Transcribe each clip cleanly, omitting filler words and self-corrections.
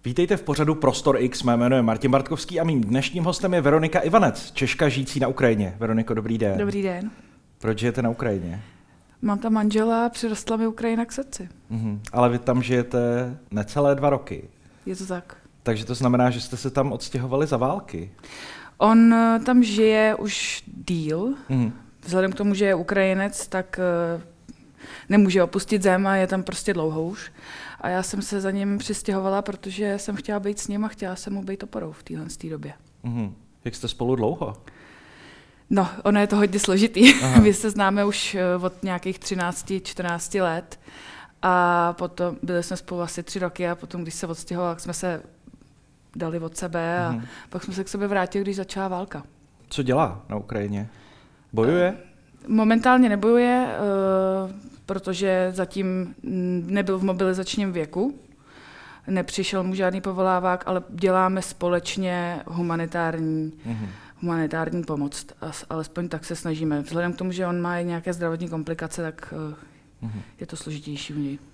Vítejte v pořadu Prostor X, mé jméno je Martin Bartkovský a mým dnešním hostem je Veronika Ivanec, Češka žijící na Ukrajině. Veroniko, dobrý den. Dobrý den. Proč žijete na Ukrajině? Mám tam manžela, přirostla mi Ukrajina k srdci. Ale vy tam žijete necelé 2 roky. Je to tak. Takže to znamená, že jste se tam odstěhovali za války. On tam žije už díl. Vzhledem k tomu, že je Ukrajinec, tak nemůže opustit zem a je tam prostě dlouho už. A já jsem se za ním přistěhovala, protože jsem chtěla být s ním a chtěla jsem mu být oporou v téhle době. Jak jste spolu dlouho? No, ono je to hodně složitý. My se známe už od nějakých 13-14 let a potom byli jsme spolu asi 3 roky a potom, když se odstěhovala, tak jsme se dali od sebe a pak jsme se k sobě vrátili, když začala válka. Co dělá na Ukrajině? Bojuje? Momentálně nebojuje, protože zatím nebyl v mobilizačním věku. Nepřišel mu žádný povolávák, ale děláme společně humanitární pomoc. Alespoň tak se snažíme. Vzhledem k tomu, že on má nějaké zdravotní komplikace, tak je to složitější u něj.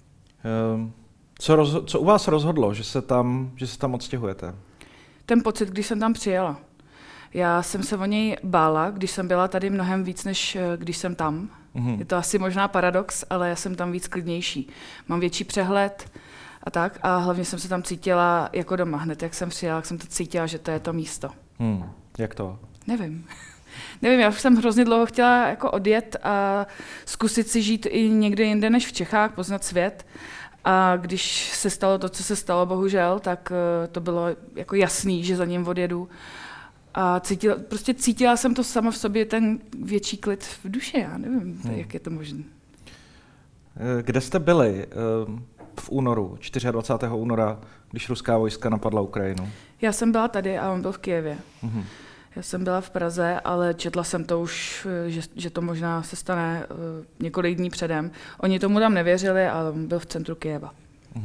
Co u vás rozhodlo, že se tam odstěhujete? Ten pocit, když jsem tam přijela. Já jsem se o něj bála, když jsem byla tady mnohem víc, než když jsem tam. Je to asi možná paradox, ale já jsem tam víc klidnější. Mám větší přehled a tak a hlavně jsem se tam cítila jako doma. Hned jak jsem přijela, tak jsem to cítila, že to je to místo. Jak to? Nevím, já už jsem hrozně dlouho chtěla jako odjet a zkusit si žít i někde jinde než v Čechách, poznat svět. A když se stalo to, co se stalo, bohužel, tak to bylo jako jasný, že za ním odjedu. A cítila jsem to sama v sobě, ten větší klid v duši, já nevím, jak je to možné. Kde jste byli v únoru, 24. února, když ruská vojska napadla Ukrajinu? Já jsem byla tady a on byl v Kyjevě. Já jsem byla v Praze, ale četla jsem to už, že to možná se stane několik dní předem. Oni tomu tam nevěřili, ale on byl v centru Kyjeva.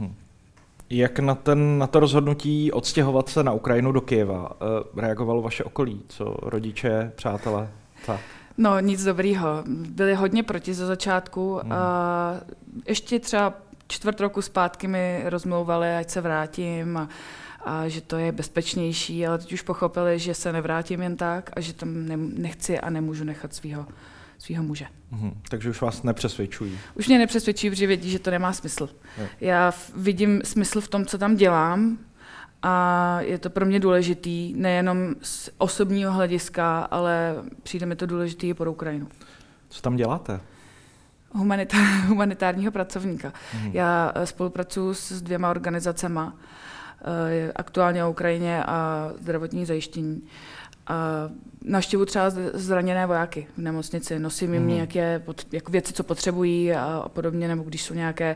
Jak na to rozhodnutí odstěhovat se na Ukrajinu do Kyjeva reagovalo vaše okolí? Co rodiče, přátelé? Tak. No, nic dobrýho. Byli hodně proti ze začátku a ještě třeba 4 roku zpátky mi rozmlouvali, ať se vrátím a že to je bezpečnější, ale teď už pochopili, že se nevrátím jen tak a že tam nechci a nemůžu nechat svýho muže. Takže už vás nepřesvědčují? Už mě nepřesvědčují, protože vědí, že to nemá smysl. Já vidím smysl v tom, co tam dělám a je to pro mě důležitý, nejenom z osobního hlediska, ale přijde mi to důležitý i pro Ukrajinu. Co tam děláte? Humanitárního pracovníka. Já spolupracuji s 2 organizacema, aktuálně o Ukrajině a zdravotní zajištění. A navštěvuji třeba zraněné vojáky v nemocnici, nosím jim nějaké jako věci, co potřebují a podobně, nebo když jsou nějaké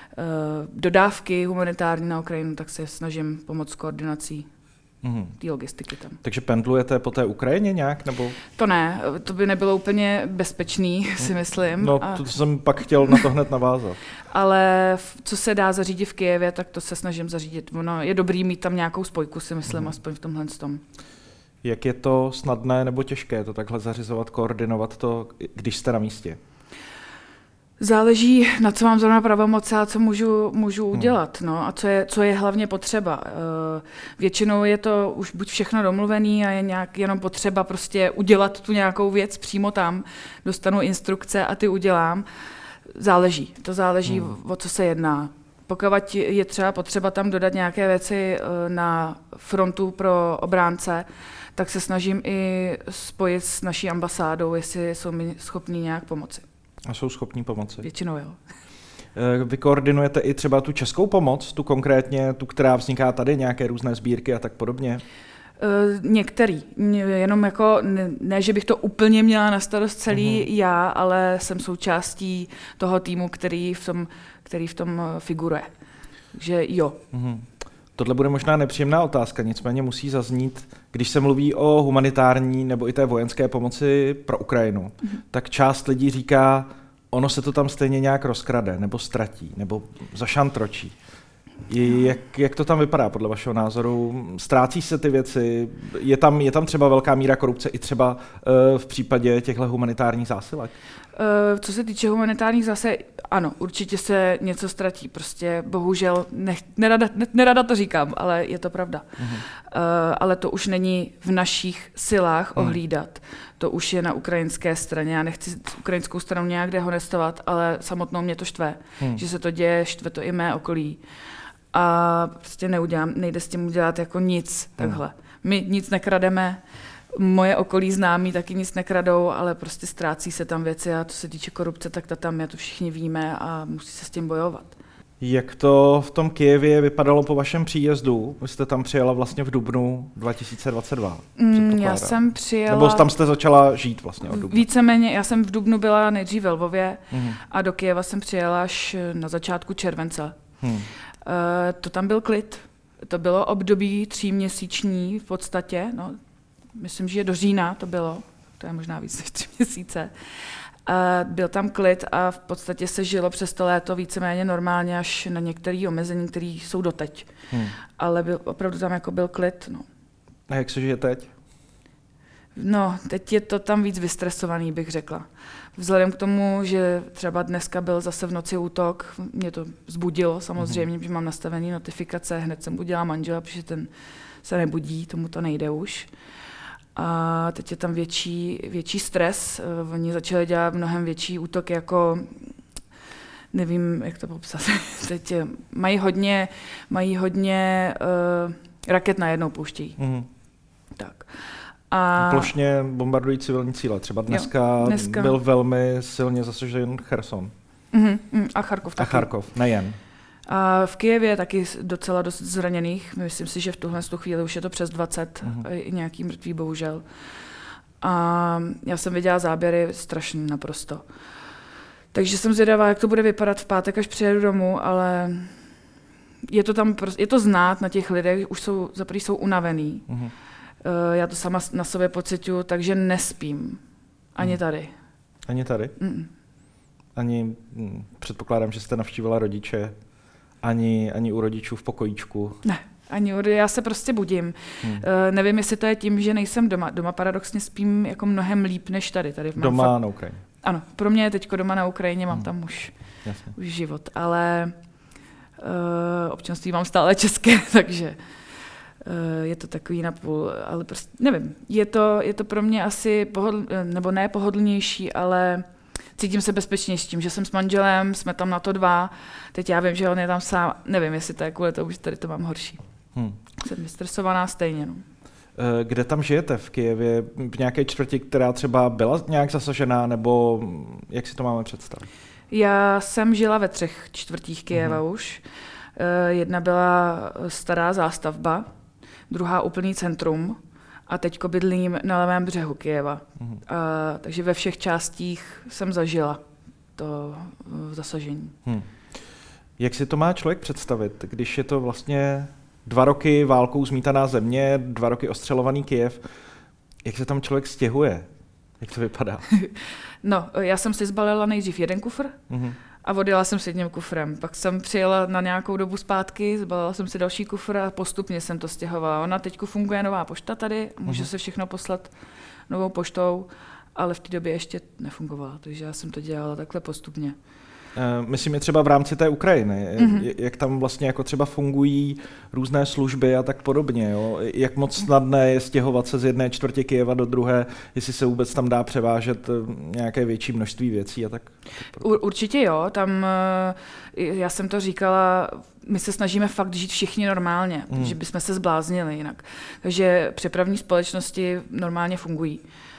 dodávky humanitární na Ukrajinu, tak se snažím pomoct s koordinací té logistiky tam. Takže pendlujete po té Ukrajině nějak? Nebo? To ne, to by nebylo úplně bezpečný, si myslím. No, to jsem pak chtěl na to hned navázat. Ale co se dá zařídit v Kyjevě, tak to se snažím zařídit. Ono je dobrý mít tam nějakou spojku, si myslím, aspoň v tomhle tom. Jak je to snadné nebo těžké to takhle zařizovat, koordinovat to, když jste na místě? Záleží, na co mám zrovna pravomoci a co můžu udělat, no, a co je hlavně potřeba. Většinou je to už buď všechno domluvený a je nějak jenom potřeba prostě udělat tu nějakou věc přímo tam, dostanu instrukce a ty udělám. To záleží, o co se jedná. Pokud je třeba potřeba tam dodat nějaké věci na frontu pro obránce, tak se snažím i spojit s naší ambasádou, jestli jsou mi schopní nějak pomoci. A jsou schopní pomoci? Většinou jo. Vy koordinujete i třeba tu českou pomoc, tu konkrétně, tu, která vzniká tady, nějaké různé sbírky a tak podobně? Některý. Jenom jako, ne, že bych to úplně měla na starost celý já, ale jsem součástí toho týmu, který v tom figuruje. Takže jo. Tohle bude možná nepříjemná otázka, nicméně musí zaznít, když se mluví o humanitární nebo i té vojenské pomoci pro Ukrajinu, tak část lidí říká, ono se to tam stejně nějak rozkrade, nebo ztratí, nebo zašantročí. Jak to tam vypadá podle vašeho názoru? Ztrácí se ty věci? Je tam třeba velká míra korupce i třeba v případě těchto humanitárních zásilek? Co se týče humanitárních, zase ano, určitě se něco ztratí. Prostě bohužel, nerada to říkám, ale je to pravda. Ale to už není v našich silách ohlídat. To už je na ukrajinské straně. Já nechci ukrajinskou stranu nějak dehonestovat, ale samotnou mě to štve. Že se to děje, štve to i mé okolí. A prostě nejde s tím udělat jako nic takhle. My nic nekrademe, moje okolí známí taky nic nekradou, ale prostě ztrácí se tam věci a to se týče korupce, tak ta tam je, to všichni víme a musí se s tím bojovat. Jak to v tom Kyjevě vypadalo po vašem příjezdu? Vy jste tam přijela vlastně v dubnu 2022. Já jsem přijela... Nebo tam jste začala žít vlastně od dubna? Víceméně, já jsem v dubnu byla nejdřív ve Lvově a do Kyjeva jsem přijela až na začátku července. To tam byl klid. To bylo období 3měsíční v podstatě, no, myslím, že do října to bylo, to je možná víc než 3 měsíce. Byl tam klid a v podstatě se žilo přes to léto víceméně normálně až na některé omezení, které jsou doteď. Ale opravdu tam jako byl klid. No. A jak se žije teď? No, teď je to tam víc vystresovaný, bych řekla. Vzhledem k tomu, že třeba dneska byl zase v noci útok, mě to vzbudilo samozřejmě, že mám nastavený notifikace, hned jsem budila manžela, protože ten se nebudí, tomu to nejde už. A teď je tam větší stres. Oni začali dělat mnohem větší útoky, jako nevím, jak to popsat. Teď mají hodně raket najednou pouštějí. Tak. A plošně bombardují civilní cíle. Třeba dneska byl velmi silně zasažen Cherson. A Charkov taky. A Charkov, nejen. A v Kyjevě je taky docela dost zraněných. Myslím si, že v tuhle chvíli už je to přes 20, i nějaký mrtví, bohužel. A já jsem viděla záběry strašný naprosto. Takže jsem zvědavá, jak to bude vypadat v pátek, až přijedu domů, ale je to znát na těch lidech, už jsou unavený. Já to sama na sobě pociťuju, takže nespím. Ani tady. Ani tady? Ani, předpokládám, že jste navštívila rodiče, ani u rodičů v pokojíčku. Ne, já se prostě budím. Nevím, jestli to je tím, že nejsem doma. Doma paradoxně spím jako mnohem líp než tady. Doma na Ukrajině. Ano, pro mě je teďko doma na Ukrajině, mám tam už život, ale občanství mám stále české, takže je to takový napůl, ale prostě nevím. Je to pro mě asi nebo ne pohodlnější, ale cítím se bezpečněji s tím, že jsem s manželem, jsme tam na to 2, teď já vím, že on je tam sám, nevím, jestli to je kvůli tomu, že tady to mám horší. Jsem vystresovaná stejně. No. Kde tam žijete v Kyjevě? V nějaké čtvrti, která třeba byla nějak zasažená, nebo jak si to máme představit? Já jsem žila ve 3 čtvrtích Kyjeva už. Jedna byla stará zástavba, druhá úplný centrum a teďko bydlím na levém břehu Kyjeva. Takže ve všech částích jsem zažila to zasažení. Jak si to má člověk představit, když je to vlastně 2 roky válkou zmítaná země, 2 roky ostřelovaný Kyjev, jak se tam člověk stěhuje? Jak to vypadá? No, já jsem si zbalila nejdřív 1 kufr a odjela jsem s 1 kufrem. Pak jsem přijela na nějakou dobu zpátky, zbalila jsem si další kufr a postupně jsem to stěhovala. Ona teďko funguje nová pošta tady, může se všechno poslat novou poštou, ale v té době ještě nefungovala, takže já jsem to dělala takhle postupně. Myslím, je třeba v rámci té Ukrajiny, jak tam vlastně jako třeba fungují různé služby a tak podobně. Jo? Jak moc snadné je stěhovat se z 1 čtvrtě Kyjeva do druhé, jestli se vůbec tam dá převážet nějaké větší množství věcí a tak. Určitě jo, tam, já jsem to říkala, my se snažíme fakt žít všichni normálně, že bychom se zbláznili jinak. Takže přepravní společnosti normálně fungují.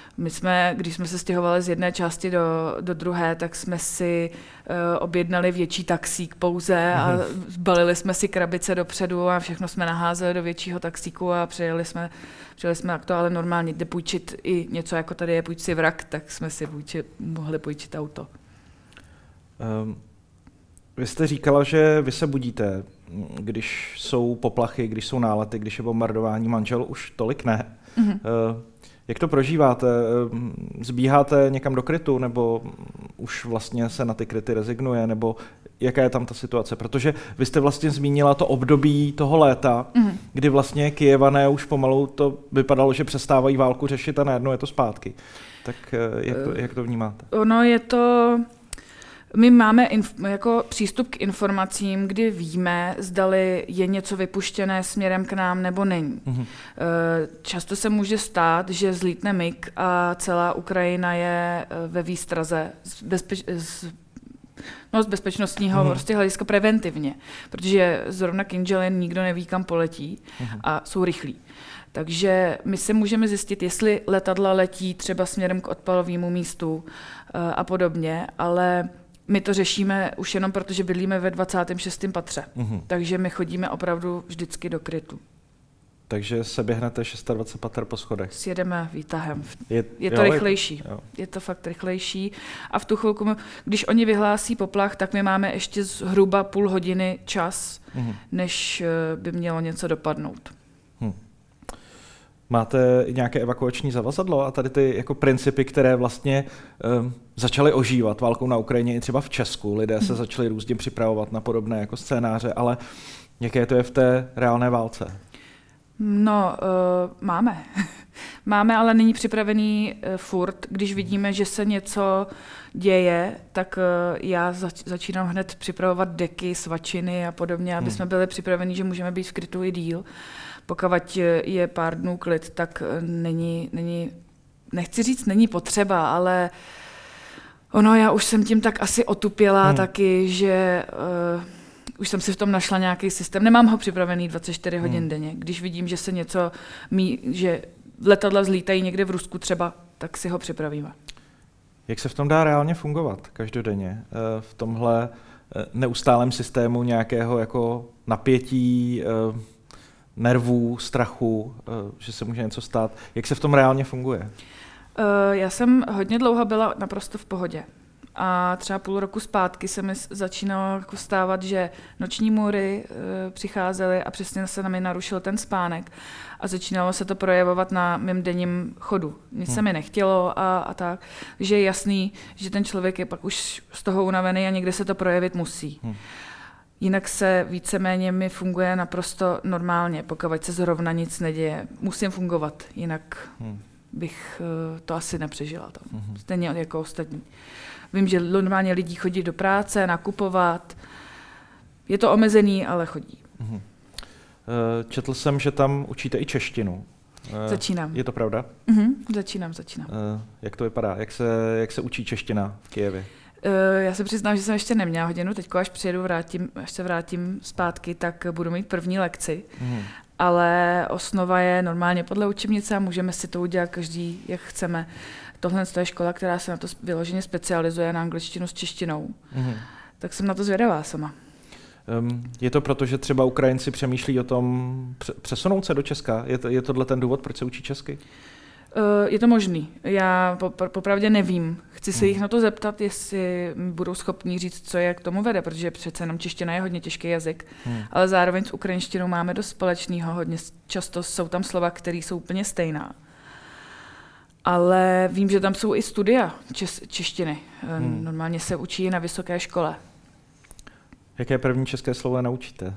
Když jsme se stěhovali z 1 části do druhé, tak jsme si objednali větší taxík pouze a zbalili jsme si krabice dopředu a všechno jsme naházeli do většího taxíku a přijeli jsme tak to, ale normálně jde půjčit i něco, jako tady je půjč si vrak, tak jsme si mohli půjčit auto. Vy jste říkala, že vy se budíte, když jsou poplachy, když jsou nálety, když je bombardování, manžel už tolik ne. Jak to prožíváte? Zbíháte někam do krytu, nebo už vlastně se na ty kryty rezignuje, nebo jaká je tam ta situace? Protože vy jste vlastně zmínila to období toho léta, kdy vlastně Kyjevané už pomalu to vypadalo, že přestávají válku řešit a najednou je to zpátky. Tak jak to vnímáte? Ono je to... My máme jako přístup k informacím, kdy víme, zdali je něco vypuštěné směrem k nám nebo není. Často se může stát, že zlítne MiG a celá Ukrajina je ve výstraze z bezpečnostního prostě hlediska preventivně, protože zrovna Kinžely nikdo neví, kam poletí a jsou rychlí. Takže my se můžeme zjistit, jestli letadla letí třeba směrem k odpalovému místu a podobně, ale my to řešíme už jenom proto, že bydlíme ve 26. patře. Takže my chodíme opravdu vždycky do krytu. Takže se běhnete 26 pater po schodech. Sjedeme výtahem. Je to rychlejší. Jo. Je to fakt rychlejší. A v tu chvilku, když oni vyhlásí poplach, tak my máme ještě zhruba půl hodiny čas, než by mělo něco dopadnout. Máte nějaké evakuační zavazadlo a tady ty jako principy, které vlastně začaly ožívat válkou na Ukrajině i třeba v Česku. Lidé se začali různě připravovat na podobné jako scénáře, ale jaké to je v té reálné válce? No, máme. Máme, ale není připravený furt. Když vidíme, že se něco děje, tak já začínám hned připravovat deky, svačiny a podobně, aby jsme byli připraveni, že můžeme být v krytu i díl. Pokud je pár dnů klid, tak není, nechci říct, není potřeba, ale ono, já už jsem tím tak asi otupěla taky, že už jsem si v tom našla nějaký systém. Nemám ho připravený 24 hodin denně. Když vidím, že se něco, že letadla vzlítají někde v Rusku třeba, tak si ho připravíme. Jak se v tom dá reálně fungovat každodenně? V tomhle neustálém systému nějakého jako napětí, nervů, strachu, že se může něco stát. Jak se v tom reálně funguje? Já jsem hodně dlouho byla naprosto v pohodě. A třeba půl roku zpátky se mi začínalo jako stávat, že noční můry přicházely a přesně se na mě narušil ten spánek a začínalo se to projevovat na mém denním chodu. Nic se mi nechtělo a tak. Takže je jasný, že ten člověk je pak už z toho unavený a někde se to projevit musí. Jinak se víceméně mi funguje naprosto normálně, pokud se zrovna nic neděje. Musím fungovat, jinak bych to asi nepřežila tam. Stejně jako ostatní. Vím, že normálně lidi chodí do práce, nakupovat. Je to omezený, ale chodí. Četl jsem, že tam učíte i češtinu. Začínám. Je to pravda? Začínám. Jak to vypadá? Jak se učí čeština v Kyjevě? Já se přiznám, že jsem ještě neměla hodinu. Teď, až až se vrátím zpátky, tak budu mít první lekci. Ale osnova je normálně podle učebnice a můžeme si to udělat každý, jak chceme. Tohle je škola, která se na to vyloženě specializuje, na angličtinu s češtinou. Tak jsem na to zvědavá sama. Je to proto, že třeba Ukrajinci přemýšlí o tom přesunout se do Česka? Je tohle ten důvod, proč se učí česky? Je to možný. Já popravdě nevím. Chci se jich na to zeptat, jestli budou schopní říct, co je k tomu vede, protože přece jenom čeština je hodně těžký jazyk, ale zároveň s ukrajinštinou máme dost společného. Hodně často jsou tam slova, které jsou úplně stejná. Ale vím, že tam jsou i studia češtiny. Normálně se učí na vysoké škole. Jaké první české slovo naučíte?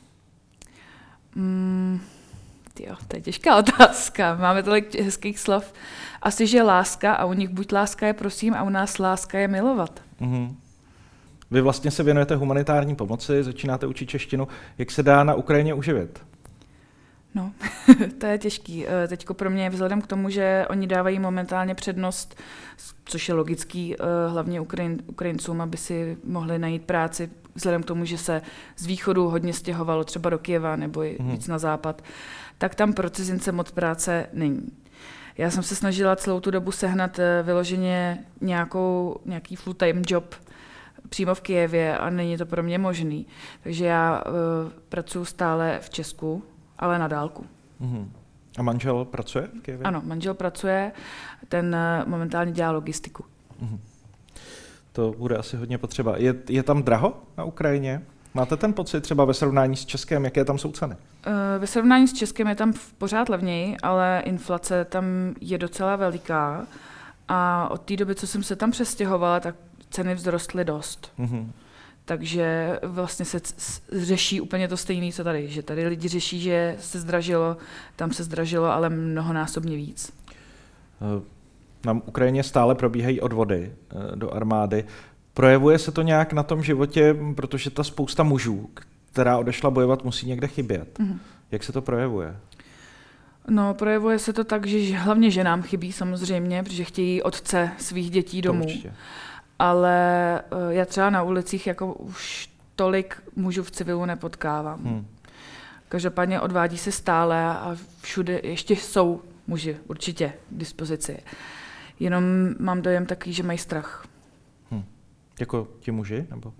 To je těžká otázka. Máme tolik hezkých slov. Asi, že láska a u nich buď láska je prosím a u nás láska je milovat. Vy vlastně se věnujete humanitární pomoci, začínáte učit češtinu. Jak se dá na Ukrajině uživit? No, to je těžký. Teďko pro mě, vzhledem k tomu, že oni dávají momentálně přednost, což je logický, hlavně Ukrajincům, aby si mohli najít práci, vzhledem k tomu, že se z východu hodně stěhovalo třeba do Kyjeva nebo víc na západ, tak tam pro cizince moc práce není. Já jsem se snažila celou tu dobu sehnat vyloženě nějaký full-time job přímo v Kyjevě a není to pro mě možný. Takže já pracuji stále v Česku, ale na dálku. A manžel pracuje v Kyjevě? Ano, manžel pracuje, ten momentálně dělá logistiku. To bude asi hodně potřeba. Je tam draho na Ukrajině? Máte ten pocit třeba ve srovnání s Českem, jaké tam jsou ceny? Ve srovnání s Českem je tam pořád levněji, ale inflace tam je docela veliká a od té doby, co jsem se tam přestěhovala, tak ceny vzrostly dost. Takže vlastně se řeší úplně to stejné, co tady. Že tady lidi řeší, že se zdražilo, tam se zdražilo, ale mnohonásobně víc. Na Ukrajině stále probíhají odvody do armády. Projevuje se to nějak na tom životě, protože ta spousta mužů, která odešla bojovat, musí někde chybět. Jak se to projevuje? No, projevuje se to tak, že hlavně ženám chybí samozřejmě, protože chtějí otce svých dětí domů. Ale já třeba na ulicích jako už tolik mužů v civilu nepotkávám. Každopádně odvádí se stále a všude ještě jsou muži určitě k dispozici. Jenom mám dojem takový, že mají strach. Jako ti muži? Nebo?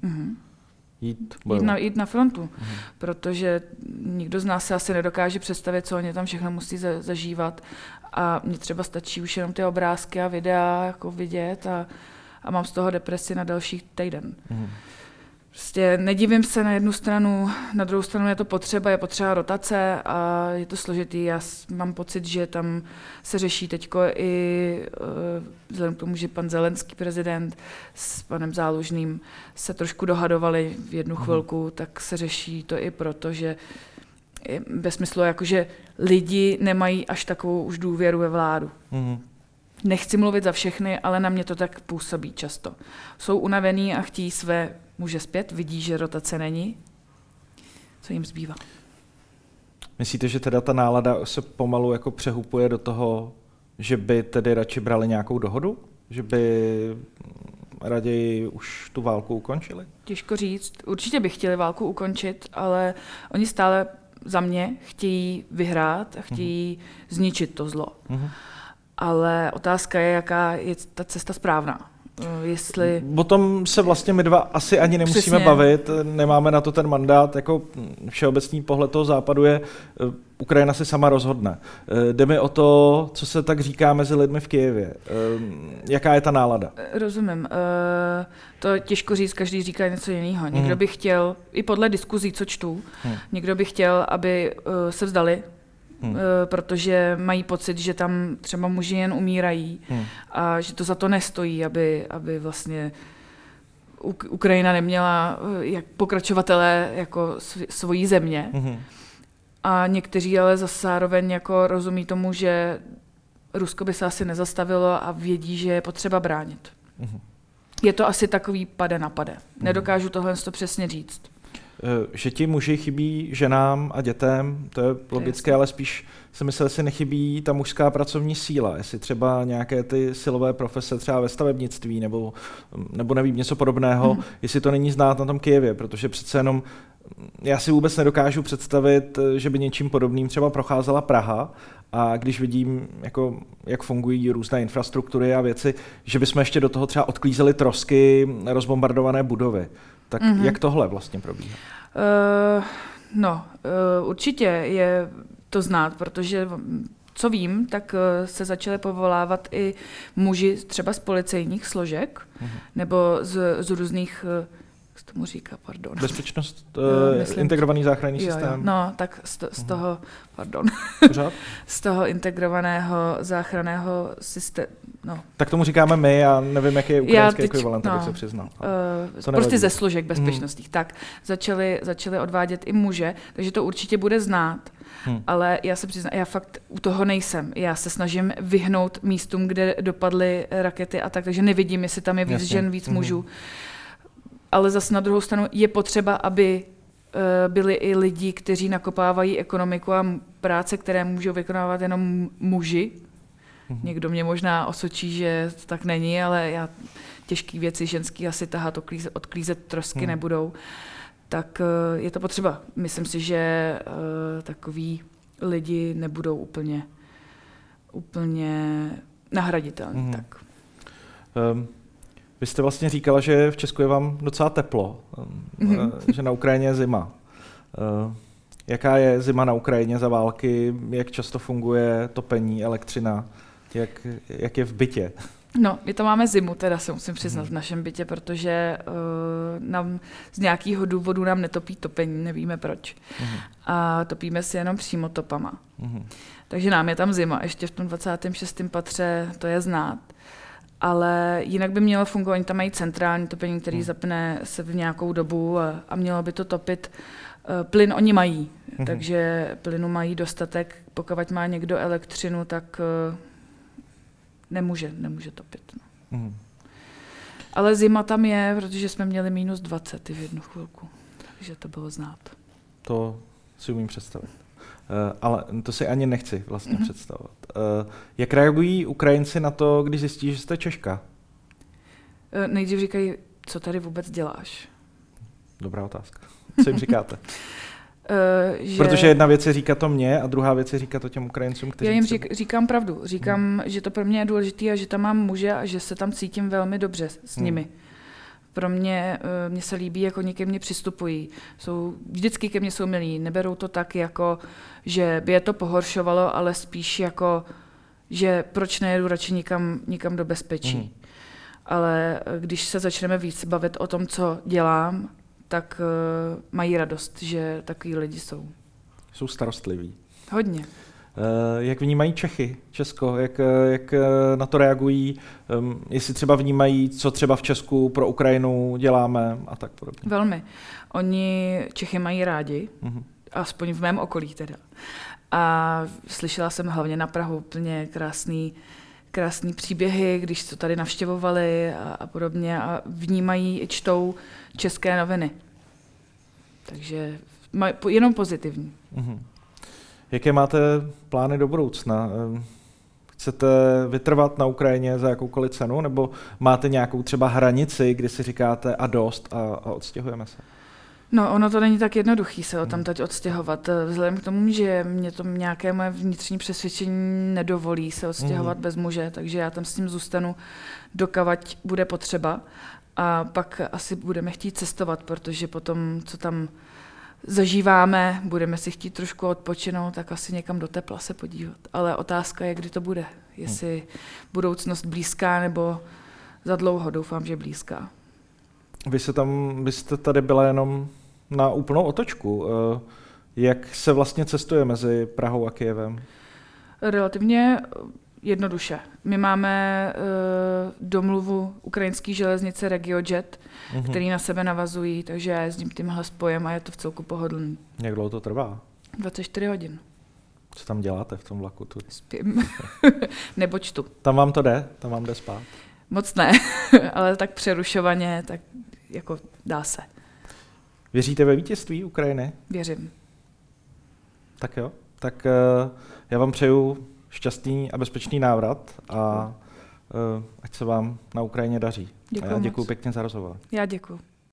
Jít na frontu, protože nikdo z nás se asi nedokáže představit, co oni tam všechno musí zažívat a mně třeba stačí už jenom ty obrázky a videa jako vidět a mám z toho depresi na další týden. Prostě nedivím se na jednu stranu, na druhou stranu je potřeba rotace a je to složitý. Já mám pocit, že tam se řeší teďko i vzhledem k tomu, že pan Zelenský prezident s panem Zálužným se trošku dohadovali v jednu chvilku, tak se řeší to i proto, že ve smyslu, jakože lidi nemají až takovou už důvěru ve vládu. Nechci mluvit za všechny, ale na mě to tak působí často. Jsou unavení a chtějí své muže zpět, vidí, že rotace není. Co jim zbývá? Myslíte, že teda ta nálada se pomalu jako přehupuje do toho, že by tedy radši brali nějakou dohodu? Že by raději už tu válku ukončili? Těžko říct. Určitě by chtěli válku ukončit, ale oni stále za mě chtějí vyhrát a chtějí zničit to zlo. Ale otázka je, jaká je ta cesta správná. Jestli... O tom se vlastně my dva asi ani nemusíme bavit, nemáme na to ten mandát, jako všeobecný pohled toho západu je, Ukrajina si sama rozhodne. Jde mi o to, co se tak říká mezi lidmi v Kyjevě. Jaká je ta nálada? Rozumím. To těžko říct, každý říká něco jiného. Někdo by chtěl, i podle diskuzí, co čtu, někdo by chtěl, aby se vzdali, protože mají pocit, že tam třeba muži jen umírají a že to za to nestojí, aby vlastně Ukrajina neměla jak pokračovatele jako svojí země. A někteří ale zase zároveň jako rozumí tomu, že Rusko by se asi nezastavilo a vědí, že je potřeba bránit. Je to asi takový pade na pade. Nedokážu tohle přesně říct. Že ti muži chybí ženám a dětem, to je logické, ale spíš si myslím, že si nechybí ta mužská pracovní síla, jestli třeba nějaké ty silové profese třeba ve stavebnictví nebo nevím, něco podobného, jestli to není znát na tom Kyjevě, protože přece jenom já si vůbec nedokážu představit, že by něčím podobným třeba procházela Praha a když vidím, jako, jak fungují různé infrastruktury a věci, že bychom ještě do toho třeba odklízeli trosky rozbombardované budovy. Tak jak tohle vlastně probíhá? Určitě je to znát, protože co vím, tak se začaly povolávat i muži třeba z policejních složek nebo z různých, jak se tomu říká, pardon. Bezpečnost, integrovaný záchranný systém. No, tak z toho, pardon. Z toho integrovaného záchranného systému. No. Tak tomu říkáme my, já nevím, jaký je ukrajinský ekvivalent, abych se přiznal. Prostě ze složek bezpečnostních. Tak začali odvádět i muže, takže to určitě bude znát. Ale já se přiznám, já fakt u toho nejsem. Já se snažím vyhnout místům, kde dopadly rakety a tak, takže nevidím, jestli tam je víc žen, víc mužů. Ale zase na druhou stranu je potřeba, aby byli i lidi, kteří nakopávají ekonomiku a práce, které můžou vykonávat jenom muži. Někdo mě možná osočí, že to tak není, ale já těžké věci ženský asi tahat, odklízet trosky nebudou. Tak je to potřeba. Myslím si, že takový lidi nebudou úplně nahraditelní. Tak. Vy jste vlastně říkala, že v Česku je vám docela teplo, že na Ukrajině je zima. Jaká je zima na Ukrajině za války? Jak často funguje topení, elektřina? Jak je v bytě? No, my to máme zimu, teda se musím přiznat v našem bytě, protože nám z nějakého důvodu nám netopí topení, nevíme proč. A topíme si jenom přímo topama. Takže nám je tam zima, ještě v tom 26. patře to je znát. Ale jinak by mělo fungovat, oni tam mají centrální topení, který zapne se v nějakou dobu a mělo by to topit. Plyn oni mají, takže plynu mají dostatek. Pokud má někdo elektřinu, tak nemůže topit. No. Ale zima tam je, protože jsme měli -20 v jednu chvilku, takže to bylo znát. To si umím představit. Ale to si ani nechci vlastně představovat. Jak reagují Ukrajinci na to, když zjistí, že jste Češka? Nejdřív říkají, co tady vůbec děláš? Dobrá otázka. Co jim říkáte? Protože jedna věc je říkat to mně a druhá věc je říkat to těm Ukrajincům, kteří... Já jim říkám pravdu. Říkám, že to pro mě je důležité a že tam mám muže a že se tam cítím velmi dobře s nimi. Pro mě se líbí, jako oni ke mně přistupují. Vždycky ke mně jsou milí. Neberou to tak, jako, že by je to pohoršovalo, ale spíš jako, že proč nejedu radši nikam do bezpečí. Ale když se začneme víc bavit o tom, co dělám, tak mají radost, že takový lidi jsou. Jsou starostliví. Hodně. Jak vnímají Čechy, Česko? Jak na to reagují? Jestli třeba vnímají, co třeba v Česku pro Ukrajinu děláme a tak podobně? Velmi. Oni Čechy mají rádi, aspoň v mém okolí teda. A slyšela jsem hlavně na Prahu úplně krásný příběhy, když to tady navštěvovali a podobně a vnímají i čtou české noviny. Takže jenom pozitivní. Jaké máte plány do budoucna? Chcete vytrvat na Ukrajině za jakoukoliv cenu, nebo máte nějakou třeba hranici, kdy si říkáte a dost a odstěhujeme se? No, ono to není tak jednoduchý se tam teď odstěhovat. Vzhledem k tomu, že mě to nějaké moje vnitřní přesvědčení nedovolí se odstěhovat bez muže, takže já tam s tím zůstanu, dokavať bude potřeba. A pak asi budeme chtít cestovat, protože potom, co tam zažíváme, budeme si chtít trošku odpočinout, tak asi někam do tepla se podívat. Ale otázka je, kdy to bude. Jestli budoucnost blízká nebo za dlouho, doufám, že blízká. Vy jste tady byla jenom na úplnou otočku. Jak se vlastně cestuje mezi Prahou a Kyjevem? Relativně jednoduše. My máme domluvu ukrajinské železnice RegioJet, který na sebe navazují, takže já jezdím tímhle spojem a je to vcelku pohodlný. Jak dlouho to trvá? 24 hodin. Co tam děláte v tom vlaku? Spím. Nebo čtu. Tam vám to jde? Tam vám jde spát? Moc ne, ale tak přerušovaně, tak jako dá se. Věříte ve vítězství Ukrajiny? Věřím. Tak jo. Tak já vám přeju šťastný a bezpečný návrat a ať se vám na Ukrajině daří. Děkuju a já děkuju pěkně za rozhovor. Já děkuju.